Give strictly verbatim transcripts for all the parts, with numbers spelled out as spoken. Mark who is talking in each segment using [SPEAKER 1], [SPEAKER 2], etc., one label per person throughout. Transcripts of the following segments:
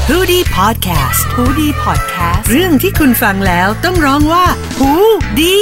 [SPEAKER 1] ฮูดี้พอดแคสต์ฮูดี้พอดแคสต์เรื่องที่คุณฟังแล้วต้องร้องว่าฮูดี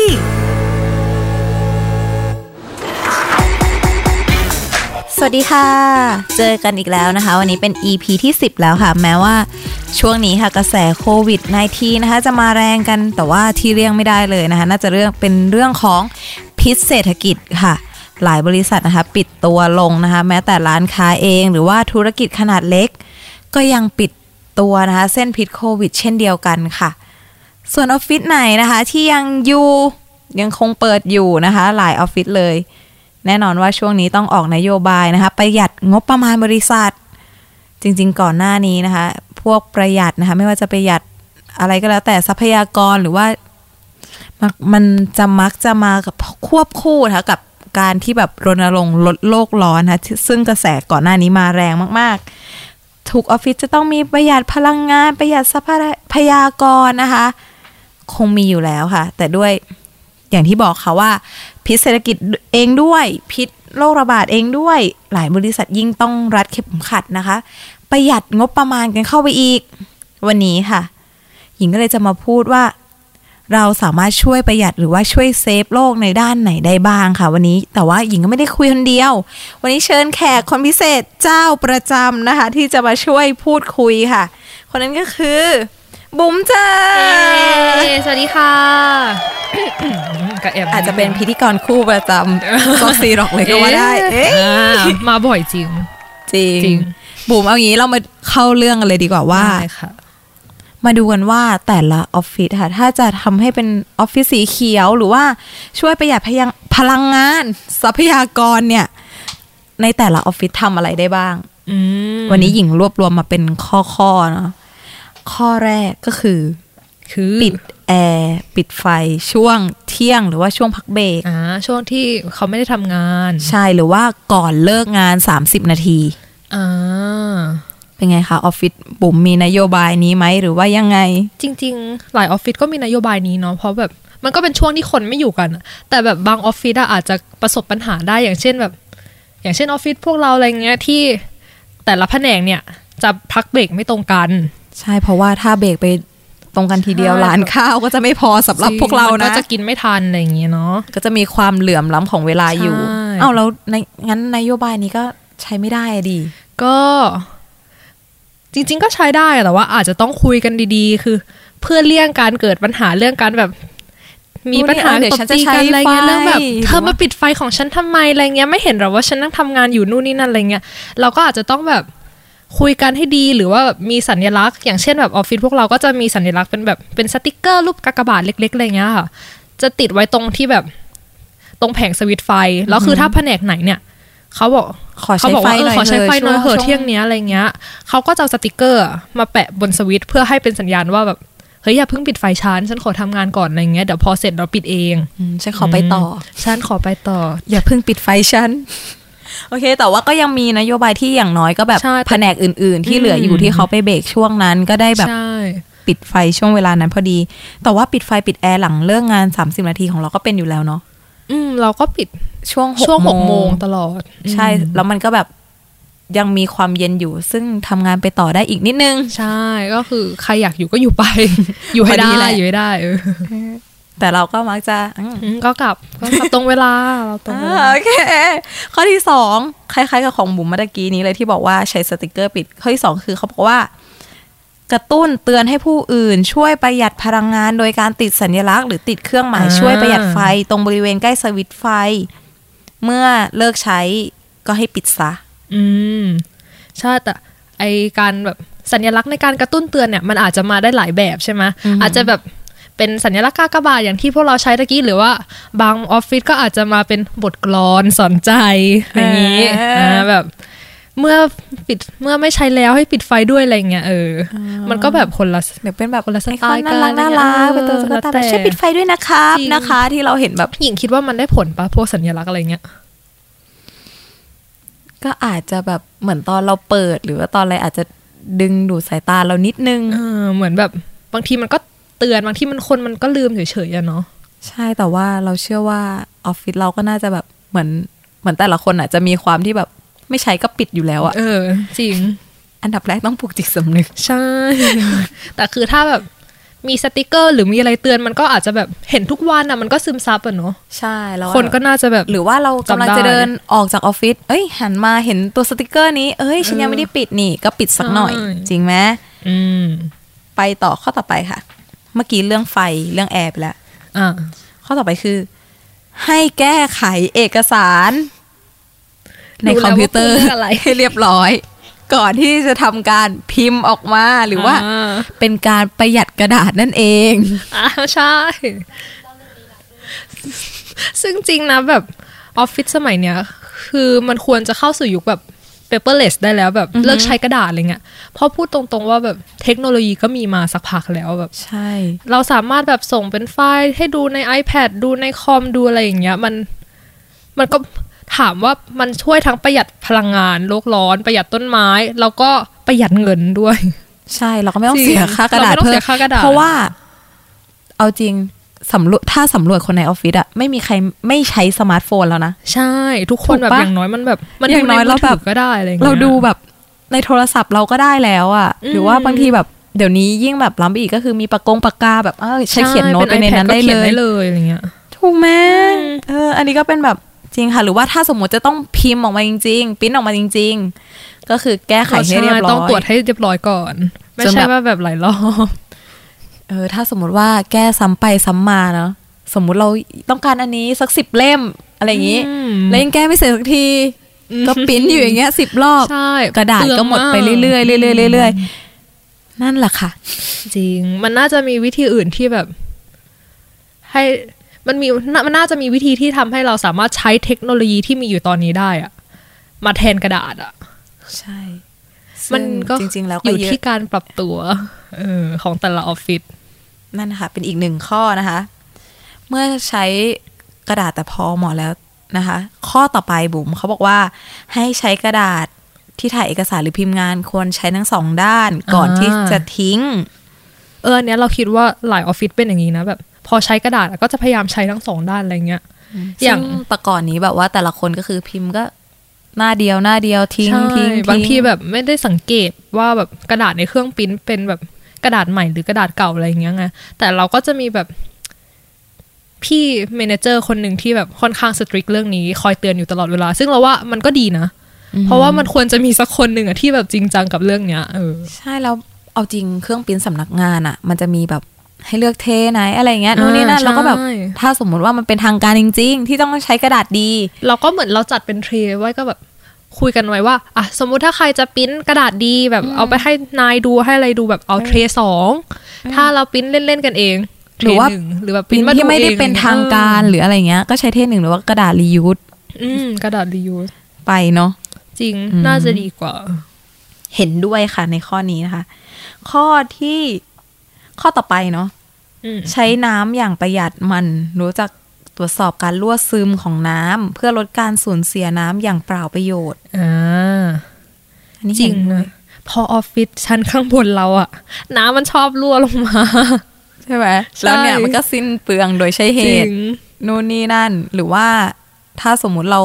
[SPEAKER 2] สวัสดีค่ะเจอกันอีกแล้วนะคะวันนี้เป็น อี พี ที่สิบแล้วค่ะแม้ว่าช่วงนี้ค่ะกระแสโควิด สิบเก้า นะคะจะมาแรงกันแต่ว่าที่เลี่ยงไม่ได้เลยนะคะน่าจะเรื่องเป็นเรื่องของพิษเศรษฐกิจค่ะหลายบริษัทนะคะปิดตัวลงนะคะแม้แต่ร้านค้าเองหรือว่าธุรกิจขนาดเล็กก็ยังปิดตัวนะคะเส้นพิษโควิดเช่นเดียวกันค่ะส่วนออฟฟิศไหนนะคะที่ยังอยู่ยังคงเปิดอยู่นะคะหลายออฟฟิศเลยแน่นอนว่าช่วงนี้ต้องออกนโยบายนะคะประหยัดงบประมาณบริษัทจริงๆก่อนหน้านี้นะคะพวกประหยัดนะคะไม่ว่าจะประหยัดอะไรก็แล้วแต่ทรัพยากรหรือว่ามันจะมักจะมากับควบคู่นะคะกับการที่แบบรณรงค์ลดโลกร้อนนะคะซึ่งกระแสก่อนหน้านี้มาแรงมากๆทุกออฟฟิศจะต้องมีประหยัดพลังงานประหยัดทรัพยากรนะคะคงมีอยู่แล้วค่ะแต่ด้วยอย่างที่บอกค่ะว่าพิษเศรษฐกิจเองด้วยพิษโรคระบาดเองด้วยหลายบริษัทยิ่งต้องรัดเข็มขัดนะคะประหยัดงบประมาณกันเข้าไปอีกวันนี้ค่ะหญิงก็เลยจะมาพูดว่าเราสามารถช่วยประหยัดหรือว่าช่วยเซฟโลกในด้านไหนได้บ้างค่ะวันนี้แต่ว่าหญิงก็ไม่ได้คุยคนเดียววันนี้เชิญแขกคนพิเศษเจ้าประจำนะคะที่จะมาช่วยพูดคุยค่ะคนนั้นก็คือบุ๋มจ้า
[SPEAKER 3] สวัสดีค่ะ
[SPEAKER 2] อาจจะเป็นพิธีกรคู่ประจำก็ซีร็อกเลยก็ว่าได้
[SPEAKER 3] มาบ่อยจริง
[SPEAKER 2] จริงบุ๋มเอางี้เรามาเข้าเรื่องกันเลยดีกว่าว่ามาดูกันว่าแต่ละออฟฟิศค่ะถ้าจะทำให้เป็นออฟฟิศสีเขียวหรือว่าช่วยประหยัดพลังงานทรัพยากรเนี่ยในแต่ละออฟฟิศทำอะไรได้บ้างวันนี้หญิงรวบรวมมาเป็นข้อๆเนาะข้อแรกก็คือคือปิดแอร์ปิดไฟช่วงเที่ยงหรือว่าช่วงพักเบรก
[SPEAKER 3] อ่าช่วงที่เขาไม่ได้ทำงาน
[SPEAKER 2] ใช่หรือว่าก่อนเลิกงานสามสิบนาที
[SPEAKER 3] อ่า
[SPEAKER 2] เป็นไงคะออฟฟิศบุ๋มมีนโยบายนี้ไหมหรือว่ายังไง
[SPEAKER 3] จริงๆหลายออฟฟิศก็มีนโยบายนี้เนาะเพราะแบบมันก็เป็นช่วงที่คนไม่อยู่กันแต่แบบบางออฟฟิศอาจจะประสบปัญหาได้อย่างเช่นแบบอย่างเช่นออฟฟิศพวกเราอะไรเงี้ยที่แต่ละแผนกเนี่ยจะพักเบรกไม่ตรงกัน
[SPEAKER 2] ใช่เพราะว่าถ้าเบรกไปตรงกันทีเดียวร้านข้าวก็จะไม่พอสำหรับพวกเรานะ
[SPEAKER 3] ก็จะกินไม่ทันอะไรอย่างเงี้ยเนาะ
[SPEAKER 2] ก็จะมีความเหลื่อมล้ำของเวลาอยู่เอ้าแล้วงั้นนโยบายนี้ก็ใช้ไม่ได้ดิ
[SPEAKER 3] ก็จริงๆก็ใช้ได้แต่ว่าอาจจะต้องคุยกันดีๆคือเพื่อเลี่ยงการเกิดปัญหาเรื่องการแบบมีปัญหาตบตีกันอะไรเงี้ยเรื่องแบบเธอมาปิดไฟของฉันทำไมอะไรเงี้ยไม่เห็นหรอว่าฉันนั่งทำงานอยู่นู่นนี่นั่นอะไรเงี้ยเราก็อาจจะต้องแบบคุยกันให้ดีหรือว่ามีสัญลักษณ์อย่างเช่นแบบออฟฟิศพวกเราก็จะมีสัญลักษณ์เป็นแบบเป็นสติกเกอร์รูปกากบาทเล็กๆอะไรเงี้ยค่ะจะติดไว้ตรงที่แบบตรงแผงสวิตช์ไฟแล้วคือถ้าแผนกไหนเนี่ยเขาบอกเขาบอกว่าเออขอใช้ไฟหน่อยเหอะเที่ยงเนี้ยอะไรเงี้ยเขาก็จะเอาสติกเกอร์มาแปะบนสวิตช์เพื่อให้เป็นสัญญาณว่าแบบเฮ้ยอย่าเพิ่งปิดไฟฉันฉันขอทำงานก่อนอะไรเงี้ยเดี๋ยวพอเสร็จเราปิดเอง
[SPEAKER 2] ฉันขอไปต่อ
[SPEAKER 3] ฉันขอไปต่อ
[SPEAKER 2] อย่าเพิ่งปิดไฟฉันโอเคแต่ว่าก็ยังมีนโยบายที่อย่างน้อยก็แบบแผนกอื่นๆที่เหลืออยู่ที่เขาไปเบรกช่วงนั้นก็ได้แบบปิดไฟช่วงเวลานั้นพอดีแต่ว่าปิดไฟปิดแอร์หลังเลิกงานสามสิบนาทีของเราก็เป็นอยู่แล้วเนาะ
[SPEAKER 3] อืมเราก็ปิด
[SPEAKER 2] ช่วง
[SPEAKER 3] ช่วงหกโมงตลอด
[SPEAKER 2] ใช่แล้วมันก็แบบยังมีความเย็นอยู่ซึ่งทำงานไปต่อได้อีกนิดนึง
[SPEAKER 3] ใช่ก็คือใครอยากอยู่ก็อยู่ไป อยู่ให้ได้อยู่ให้ได้เออ
[SPEAKER 2] แต่เราก็มักจะ
[SPEAKER 3] ก็กลับก็กลับตรงเวลาเราตรงเวลา
[SPEAKER 2] โอเคข้อที่สองคล้ายๆกับของบุ๋มเมื่อกี้นี้เลยที่บอกว่าใช้สติกเกอร์ปิดข้อที่สองคือเขาบอกว่ากระตุ้นเตือนให้ผู้อื่นช่วยประหยัดพลังงานโดยการติดสัญลักษณ์หรือติดเครื่องหมายช่วยประหยัดไฟตรงบริเวณใกล้สวิตช์ไฟเมื่อเลิกใช้ก็ให้ปิดซะ
[SPEAKER 3] อืมใช่แต่ไอการแบบสัญลักษณ์ในการกระตุ้นเตือนเนี่ยมันอาจจะมาได้หลายแบบใช่ไหม อ, อาจจะแบบเป็นสัญลักษณ์กากบาทอย่างที่พวกเราใช้ตะกี้หรือว่าบางออฟฟิศก็อาจจะมาเป็นบทกลอนสอนใจอย่างนี้นะแบบเมื่อปิดเมื่อไม่ใช้แล้วให้ปิดไฟด้วยอะไรเงี้ยเออมันก็แบบคนละ
[SPEAKER 2] เดี๋ยวเป็นแบบ
[SPEAKER 3] คนละสไตล์
[SPEAKER 2] กันน่ารักน่ารักเป็นตัวสไตล์ช่วยปิดไฟด้วยนะครับนะคะที่เราเห็นแบบ
[SPEAKER 3] หญิงคิดว่ามันได้ผลปะพวกสัญลักษณ์อะไรเงี้ย
[SPEAKER 2] ก็อาจจะแบบเหมือนตอนเราเปิดหรือว่าตอนอะไรอาจจะดึงดูดสายตาเรานิดนึง
[SPEAKER 3] เออเหมือนแบบบางทีมันก็เตือนบางทีมันคนมันก็ลืมเฉยๆอะเนาะ
[SPEAKER 2] ใช่แต่ว่าเราเชื่อว่าออฟฟิศเราก็น่าจะแบบเหมือนเหมือนแต่ละคนอะจะมีความที่แบบไม่ใช้ก็ปิดอยู่แล้วอะ
[SPEAKER 3] เออจริง
[SPEAKER 2] อันดับแรกต้องปลูกจิตสำนึก
[SPEAKER 3] ใช่ แต่คือถ้าแบบมีสติกเกอร์หรือมีอะไรเตือนมันก็อาจจะแบบเห็นทุกวันอ่ะมันก็ซึมซับอ่ะเนาะ
[SPEAKER 2] ใช่แล้ว
[SPEAKER 3] คนก็น่าจะแบบ
[SPEAKER 2] หรือว่าเรากำลังจะเดินออกจากออฟฟิศเอ้ยหันมาเห็นตัวสติกเกอร์นี้เอ้ยฉันยังไม่ได้ปิดนี่ก็ปิดสักหน่อยจริงไหม
[SPEAKER 3] อืม
[SPEAKER 2] ไปต่อข้อต่อไปค่ะเมื่อกี้เรื่องไฟเรื่องแอร์ไปแล้ว
[SPEAKER 3] อ่า
[SPEAKER 2] ข้อต่อไปคือให้แก้ไขเอกสารในคอมพิวเตอร์ให้เรียบร้อยก่อนที่จะทำการพิมพ์ออกมาหรือว่าเป็นการประหยัดกระดาษนั่นเอง
[SPEAKER 3] อ่าใช่ซึ่งจริงนะแบบออฟฟิศสมัยเนี้ยคือมันควรจะเข้าสู่ยุคแบบ paperless ได้แล้วแบบเลิกใช้กระดาษอะไรเงี้ยเพราะพูดตรงๆว่าแบบเทคโนโลยีก็มีมาสักพักแล้วแบบ
[SPEAKER 2] ใช่
[SPEAKER 3] เราสามารถแบบส่งเป็นไฟล์ให้ดูใน iPad ดูในคอมดูอะไรอย่างเงี้ยมันมันก็ถามว่ามันช่วยทั้งประหยัดพลังงานโลกร้อนประหยัดต้นไม้แล้วก็ประหยัดเงินด้วย
[SPEAKER 2] ใช่เราก็ไม่ต้องเสียค่ากระดาษเพิ่มเพราะว่าเอาจริงสำรวจถ้าสำรวจคนในออฟฟิศอะไม่มีใครไม่ใช้สมาร์ทโฟนแล้วนะ
[SPEAKER 3] ใช่ทุกคนแบบอย่างน้อยมันแบบมัน
[SPEAKER 2] อย่างน้อยเราแบบ
[SPEAKER 3] ก็ได้อะไรเงี้ย
[SPEAKER 2] เราดูแบบในโทรศัพท์เราก็ได้แล้วอะหรือว่าบางทีแบบเดี๋ยวนี้ยิ่งแบบล้ำไปอีกก็คือมีปากกงปากกาแบบเออใช้เขียนโน้ตไปในนั้นได้เลย
[SPEAKER 3] เลยอะไรเงี้ย
[SPEAKER 2] ถูกไหมเอออันนี้ก็เป็นแบบจริงค่ะหรือว่าถ้าสมมติจะต้องพิมพ์ออกมาจริงๆปริ้นออกมาจริงๆก็คือแก้ไขให้เรียบร้อย
[SPEAKER 3] ต้องตรวจให้เรียบร้อยก่อนไม่ใช่ว่าแบบหลายรอบ
[SPEAKER 2] เออถ้าสมมติว่าแก้ซ้ำไปซ้ำมาเนาะสมมุติเราต้องการอันนี้สักสิบเล่มอะไรอย่างนี้แล้วยังแก้ไม่เสร็จสักทีก็ปริ้นอยู่อย่างเงี้ยสิบรอบกระดาษก็หมดไปเรื่อยๆเรื่อยๆเรื่อยๆนั่นแหละค่ะ
[SPEAKER 3] จริงมันน่าจะมีวิธีอื่นที่แบบให้มันมีมันน่าจะมีวิธีที่ทำให้เราสามารถใช้เทคโนโลยีที่มีอยู่ตอนนี้ได้อะมาแทนกระดาษอะ
[SPEAKER 2] ใช่
[SPEAKER 3] มันก็จริงๆแล้วอยู่ที่การปรับตัวเออของแต่ละออฟฟิศ
[SPEAKER 2] นั่นนะคะเป็นอีกหนึ่งข้อนะคะเมื่อใช้กระดาษแต่พอเหมาะแล้วนะคะข้อต่อไปบุ๋มเขาบอกว่าให้ใช้กระดาษที่ถ่ายเอกสารหรือพิมพ์งานควรใช้ทั้งสองด้านก่อนที่จะทิ้ง
[SPEAKER 3] เออเนี้ยเราคิดว่าหลายออฟฟิศเป็นอย่างนี้นะแบบพอใช้กระดาษก็จะพยายามใช้ทั้งสองด้านอะไรเงี้ย
[SPEAKER 2] อย่างแต่ก่อนนี้แบบว่าแต่ละคนก็คือพิมพ์ก็หน้าเดียวหน้าเดียวทิ้งทิ้ง
[SPEAKER 3] บางทีแบบไม่ได้สังเกตว่าแบบกระดาษในเครื่องปริ้นเป็นแบบกระดาษใหม่หรือกระดาษเก่าอะไรเงี้ยไงแต่เราก็จะมีแบบพี่เมเนเจอร์คนหนึ่งที่แบบค่อนข้างสตริกเรื่องนี้คอยเตือนอยู่ตลอดเวลาซึ่งเราว่ามันก็ดีนะเพราะว่ามันควรจะมีสักคนหนึ่งอะที่แบบจริงจังกับเรื่องเนี้ยเออ
[SPEAKER 2] ใช่แล้วเอาจริงเครื่องปริ้นสำนักงานอะมันจะมีแบบให้เลือกเทไหนอะไรเงี้ยนู่นนี่นั่นเราก็แบบถ้าสมมติว่ามันเป็นทางการจริงๆที่ต้องใช้กระดาษดี
[SPEAKER 3] เราก็เหมือนเราจัดเป็นเทรไว้ก็แบบคุยกันไว้ว่าอ่ะสมมุติถ้าใครจะปริ้นกระดาษดีแบบเอาไปให้นายดูให้อะไรดูแบบเอาเทรสองถ้าเราปริ้นเล่นๆกันเอง
[SPEAKER 2] หรือว่า
[SPEAKER 3] หรือแบบ
[SPEAKER 2] ปริ้นที่ไม่ได้เป็นทางการหรืออะไรเงี้ยก็ใช้เทหนึ่งหรือว่ากระดาษรียูส
[SPEAKER 3] อืมกระดาษรียูส
[SPEAKER 2] ไปเนาะ
[SPEAKER 3] จริงน่าจะดีกว่า
[SPEAKER 2] เห็นด้วยค่ะในข้อนี้นะคะข้อที่ข้อต่อไปเนาะใช้น้ำอย่างประหยัดมันรู้จักตรวจสอบการรั่วซึมของน้ำเพื่อลดการสูญเสียน้ำอย่างเปล่าประโยชน์
[SPEAKER 3] อ่าอันนี้จริงนะพอออฟฟิศชั้นข้างบนเราอะน้ำมันชอบรั่วลงมา
[SPEAKER 2] ใช่ไหมแล้วเนี่ยมันก็สิ้นเปลืองโดยใช้เหตุนู่นนี่นั่นหรือว่าถ้าสมมุติเรา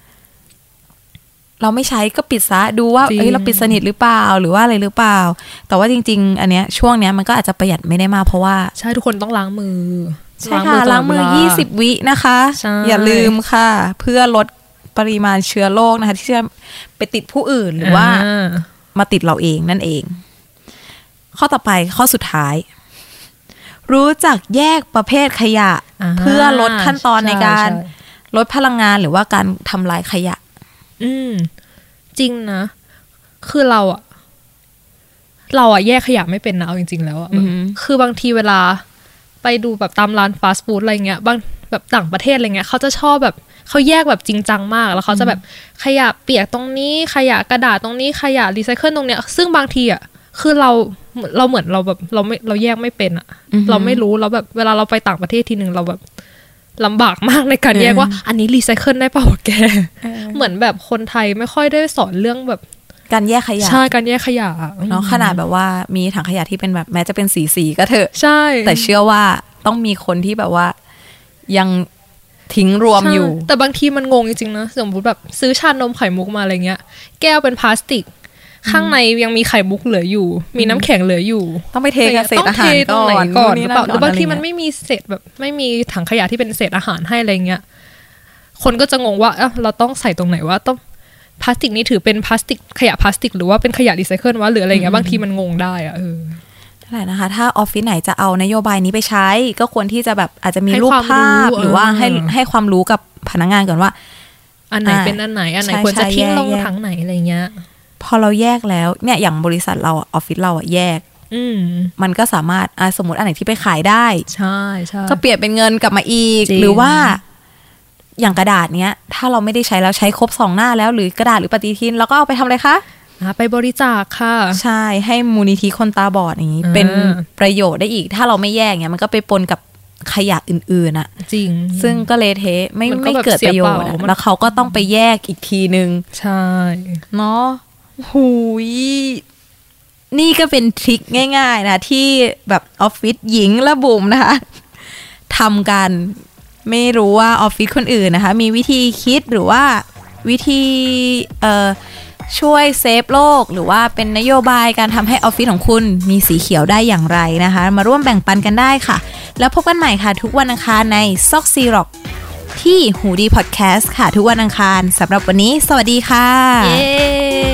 [SPEAKER 2] เราไม่ใช้ก็ปิดซะดูว่าเอ้ยเราปิดสนิทหรือเปล่าหรือว่าอะไรหรือเปล่าแต่ว่าจริงๆอันเนี้ยช่วงเนี้ยมันก็อาจจะประหยัดไม่ได้มากเพราะว่า
[SPEAKER 3] ใช่ทุกคนต้องล้างมือ
[SPEAKER 2] ใช่ค่ะล้างมือยี่สิบวินะคะอย่าลืมค่ะเพื่อลดปริมาณเชื้อโรคนะคะที่จะไปติดผู้อื่นหรือว่ามาติดเราเองนั่นเองข้อต่อไปข้อสุดท้ายรู้จักแยกประเภทขยะเพื่อลดขั้นตอนในการลดพลังงานหรือว่าการทำลายขยะ
[SPEAKER 3] อืมจริงนะคือเราอะเราอะแยกขยะไม่เป็นนะเอาจริงๆแล้วอะคือบางทีเวลาไปดูแบบตามร้านฟาสต์ฟู้ดอะไรเงี้ยบางแบบต่างประเทศอะไรเงี้ยเขาจะชอบแบบเขาแยกแบบจริงจังมากแล้วเขาจะแบบขยะเปียกตรงนี้ขยะกระดาษตรงนี้ขยะรีไซเคิลตรงเนี้ยซึ่งบางทีอะคือเราเราเหมือนเราแบบเราไม่เราแยกไม่เป็นอะเราไม่รู้เราแบบเวลาเราไปต่างประเทศทีนึงเราแบบลำบากมากในการแยกว่าอันนี้รีไซเคิลได้เปล่าแกเหมือนแบบคนไทยไม่ค่อยได้สอนเรื่องแบบ
[SPEAKER 2] การแยกขยะ
[SPEAKER 3] ใช่การแยกขยะ
[SPEAKER 2] เนาะขนาดแบบว่ามีถังขยะที่เป็นแบบแม้จะเป็นสีสีก็เถอะ
[SPEAKER 3] ใช่
[SPEAKER 2] แต่เชื่อว่าต้องมีคนที่แบบว่ายังทิ้งรวมอยู่
[SPEAKER 3] แต่บางทีมันงงจริงๆนะสมมติแบบซื้อชานมไข่มุกมาอะไรเงี้ยแก้วเป็นพลาสติกข้างในยังมีไข่มุกเหลืออยู่มีน้ำแข็งเหลืออยู่
[SPEAKER 2] ต้องไปเทกับเศษอาหารก่อน
[SPEAKER 3] ก่อนหรือเปล่าหรือบางทีมันไม่มีเศษแบบไม่มีถังขยะที่เป็นเศษอาหารให้อะไรเงี้ยคนก็จะงงว่าเอ้าเราต้องใส่ตรงไหนว่าต้องพลาสติกนี้ถือเป็นพลาสติกขยะพลาสติกหรือว่าเป็นขยะรีไซเคิลวะหรืออะไรเงี้ยบางทีมันงงได้อะเออ
[SPEAKER 2] นั่นแหละนะคะถ้าออฟฟิศไหนจะเอานโยบายนี้ไปใช้ก็ควรที่จะแบบอาจจะมีรูปภาพหรือว่าให้ให้ความรู้กับพนักงานก่อนว่า
[SPEAKER 3] อันไหนเป็นอันไหนอันไหนควรจะทิ้งลงถังไหนอะไรเงี้ย
[SPEAKER 2] พอเราแยกแล้วเนี่ยอย่างบริษัทเราออฟฟิศเราอะแยกมันก็สามารถสมมติอันไหนที่ไปขายได้
[SPEAKER 3] ใช่ใช่
[SPEAKER 2] ก็เปลี่ยนเป็นเงินกลับมาอีกหรือว่าอย่างกระดาษเนี้ยถ้าเราไม่ได้ใช้แล้วใช้ครบสองหน้าแล้วหรือกระดาษหรือปฏิทินเราก็เอาไปทำอะไรคะ
[SPEAKER 3] ไปบริจาคค่ะ
[SPEAKER 2] ใช่ให้มูลนิธิคนตาบอดอย่างนี้เป็นประโยชน์ได้อีกถ้าเราไม่แยกเนี้ยมันก็ไปปนกับขยะอื่นๆอ่ะ
[SPEAKER 3] จริง
[SPEAKER 2] ซึ่งก็เละเทะไม่ไม่เกิดประโยชน์แล้วเขาก็ต้องไปแยกอีกทีนึง
[SPEAKER 3] ใช่
[SPEAKER 2] เนาะหูยนี่ก็เป็นทริคง่ายๆนะที่แบบออฟฟิศหญิงและบุ๋มนะคะทำกันไม่รู้ว่าออฟฟิศคนอื่นนะคะมีวิธีคิดหรือว่าวิธีเอ่อช่วยเซฟโลกหรือว่าเป็นนโยบายการทำให้ออฟฟิศของคุณมีสีเขียวได้อย่างไรนะคะมาร่วมแบ่งปันกันได้ค่ะแล้วพบกันใหม่ค่ะทุกวันอังคารในซอกซีร็อกที่หูดีพอดแคสต์ค่ะทุกวันอังคารสำหรับวันนี้สวัสดีค่ะ
[SPEAKER 3] เย้